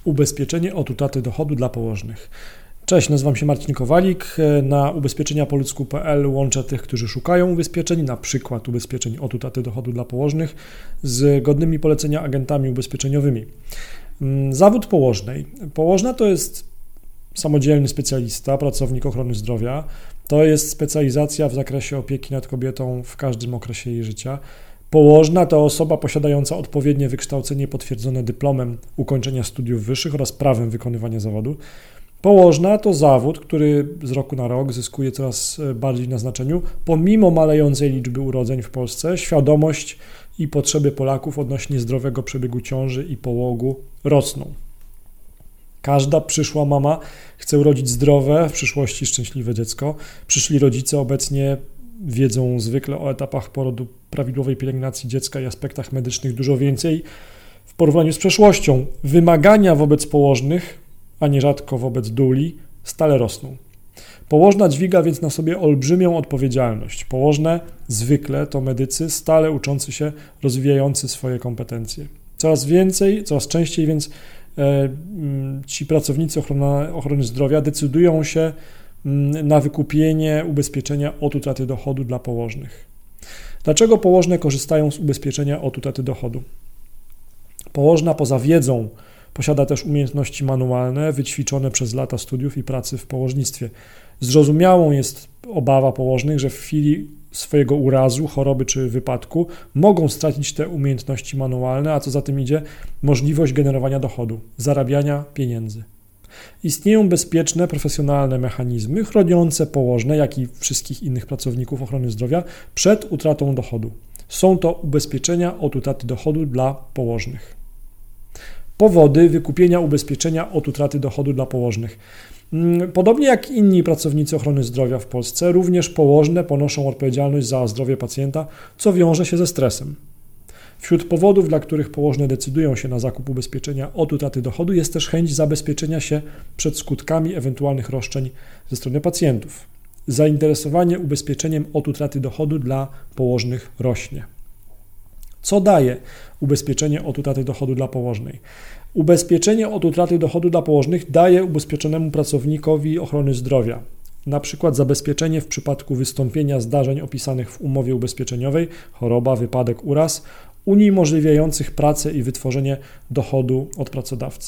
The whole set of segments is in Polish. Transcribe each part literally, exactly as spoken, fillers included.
Ubezpieczenie od utraty dochodu dla położnych. Cześć, nazywam się Marcin Kowalik. Na ubezpieczenia po ludzku kropka p l łączę tych, którzy szukają ubezpieczeń, na przykład ubezpieczeń od utraty dochodu dla położnych, z godnymi polecenia agentami ubezpieczeniowymi. Zawód położnej. Położna to jest samodzielny specjalista, pracownik ochrony zdrowia. To jest specjalizacja w zakresie opieki nad kobietą w każdym okresie jej życia. Położna to osoba posiadająca odpowiednie wykształcenie potwierdzone dyplomem ukończenia studiów wyższych oraz prawem wykonywania zawodu. Położna to zawód, który z roku na rok zyskuje coraz bardziej na znaczeniu. Pomimo malejącej liczby urodzeń w Polsce, świadomość i potrzeby Polaków odnośnie zdrowego przebiegu ciąży i połogu rosną. Każda przyszła mama chce urodzić zdrowe, w przyszłości szczęśliwe dziecko. Przyszli rodzice obecnie wiedzą zwykle o etapach porodu, prawidłowej pielęgnacji dziecka i aspektach medycznych dużo więcej w porównaniu z przeszłością. Wymagania wobec położnych, a nierzadko wobec duli, stale rosną. Położna dźwiga więc na sobie olbrzymią odpowiedzialność. Położne zwykle to medycy stale uczący się, rozwijający swoje kompetencje. Coraz więcej, coraz częściej więc e, ci pracownicy ochrona, ochrony zdrowia decydują się na wykupienie ubezpieczenia od utraty dochodu dla położnych. Dlaczego położne korzystają z ubezpieczenia od utraty dochodu? Położna poza wiedzą posiada też umiejętności manualne wyćwiczone przez lata studiów i pracy w położnictwie. Zrozumiałą jest obawa położnych, że w chwili swojego urazu, choroby czy wypadku mogą stracić te umiejętności manualne, a co za tym idzie, możliwość generowania dochodu, zarabiania pieniędzy. Istnieją bezpieczne, profesjonalne mechanizmy chroniące położne, jak i wszystkich innych pracowników ochrony zdrowia przed utratą dochodu. Są to ubezpieczenia od utraty dochodu dla położnych. Powody wykupienia ubezpieczenia od utraty dochodu dla położnych. Podobnie jak inni pracownicy ochrony zdrowia w Polsce, również położne ponoszą odpowiedzialność za zdrowie pacjenta, co wiąże się ze stresem. Wśród powodów, dla których położne decydują się na zakup ubezpieczenia od utraty dochodu, jest też chęć zabezpieczenia się przed skutkami ewentualnych roszczeń ze strony pacjentów. Zainteresowanie ubezpieczeniem od utraty dochodu dla położnych rośnie. Co daje ubezpieczenie od utraty dochodu dla położnej? Ubezpieczenie od utraty dochodu dla położnych daje ubezpieczonemu pracownikowi ochrony zdrowia, na przykład zabezpieczenie w przypadku wystąpienia zdarzeń opisanych w umowie ubezpieczeniowej, choroba, wypadek, uraz, uniemożliwiających pracę i wytworzenie dochodu od pracodawcy.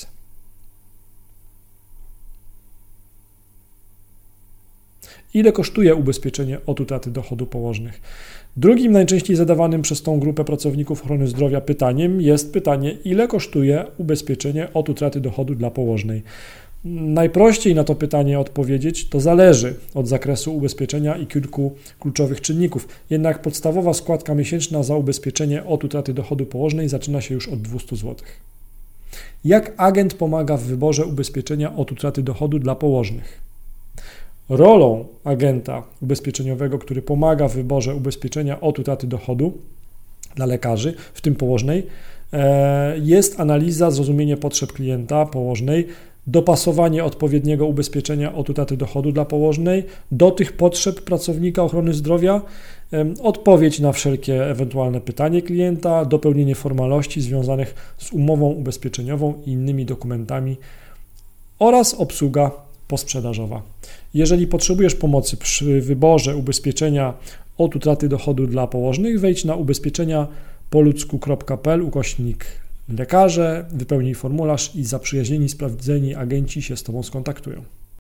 Ile kosztuje ubezpieczenie od utraty dochodu położnych? Drugim najczęściej zadawanym przez tą grupę pracowników ochrony zdrowia pytaniem jest pytanie, ile kosztuje ubezpieczenie od utraty dochodu dla położnej. Najprościej na to pytanie odpowiedzieć to zależy od zakresu ubezpieczenia i kilku kluczowych czynników. Jednak podstawowa składka miesięczna za ubezpieczenie od utraty dochodu położnej zaczyna się już od dwieście złotych. Jak agent pomaga w wyborze ubezpieczenia od utraty dochodu dla położnych? Rolą agenta ubezpieczeniowego, który pomaga w wyborze ubezpieczenia od utraty dochodu dla lekarzy, w tym położnej, jest analiza, zrozumienie potrzeb klienta położnej, dopasowanie odpowiedniego ubezpieczenia od utraty dochodu dla położnej do tych potrzeb pracownika ochrony zdrowia, odpowiedź na wszelkie ewentualne pytanie klienta, dopełnienie formalności związanych z umową ubezpieczeniową i innymi dokumentami oraz obsługa posprzedażowa. Jeżeli potrzebujesz pomocy przy wyborze ubezpieczenia od utraty dochodu dla położnych, wejdź na ubezpieczenia po ludzku kropka p l ukośnik lekarze, wypełnij formularz i zaprzyjaźnieni, sprawdzeni agenci się z Tobą skontaktują.